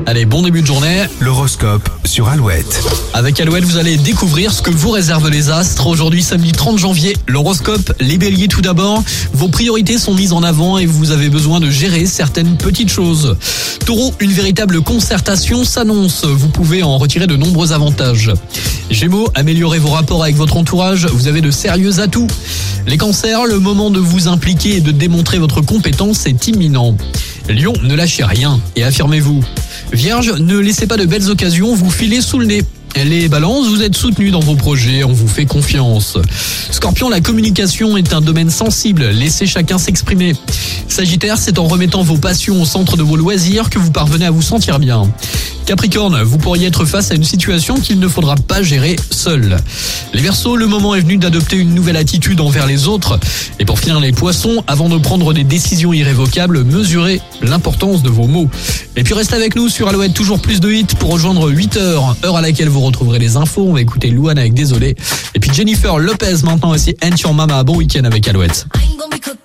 Allez, bon début de journée. L'horoscope sur Alouette. Avec Alouette, vous allez découvrir ce que vous réservent les astres. Aujourd'hui, samedi 30 janvier, l'horoscope, les béliers tout d'abord. Vos priorités sont mises en avant et vous avez besoin de gérer certaines petites choses. Taureau, une véritable concertation s'annonce. Vous pouvez en retirer de nombreux avantages. Gémeaux, améliorez vos rapports avec votre entourage. Vous avez de sérieux atouts. Les cancers, le moment de vous impliquer et de démontrer votre compétence est imminent. Lion, ne lâchez rien et affirmez-vous. Vierge, ne laissez pas de belles occasions vous filer sous le nez. Les balances, vous êtes soutenus dans vos projets, on vous fait confiance. Scorpion, la communication est un domaine sensible, laissez chacun s'exprimer. Sagittaire, c'est en remettant vos passions au centre de vos loisirs que vous parvenez à vous sentir bien. Capricorne, vous pourriez être face à une situation qu'il ne faudra pas gérer seul. Les Verseaux, le moment est venu d'adopter une nouvelle attitude envers les autres. Et pour finir les Poissons, avant de prendre des décisions irrévocables, mesurez l'importance de vos mots. Et puis restez avec nous sur Alouette, toujours plus de hits pour rejoindre 8h, heure à laquelle vous retrouverez les infos. On va écouter Louane avec Désolé. Et puis Jennifer Lopez maintenant aussi, And Your Mama. Bon week-end avec Alouette.